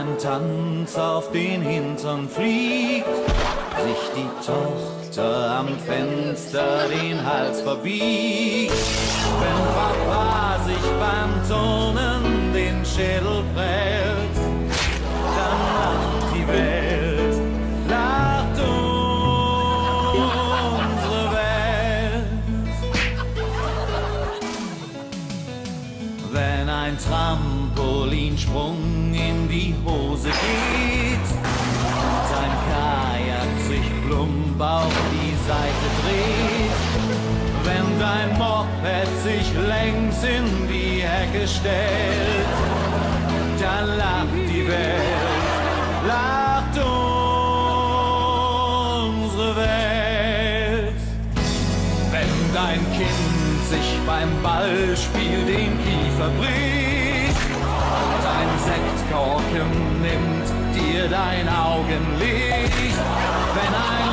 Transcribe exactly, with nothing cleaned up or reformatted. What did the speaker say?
beim Tanz auf den Hintern fliegt, sich die Tochter am Fenster den Hals verbiegt. Wenn Papa sich beim Turnen den Schädel prellt, dann lacht die Welt, lacht unsere Welt. Wenn ein Trampolinsprung in die Hose geht, sein Kajak sich plump auf die Seite dreht, wenn dein Moped sich längs in die Hecke stellt, dann lacht die Welt, lacht unsere Welt. Wenn dein Kind sich beim Ballspiel den Kiefer bricht, dein Sektkorken nimmt dir dein Augenlicht, wenn ein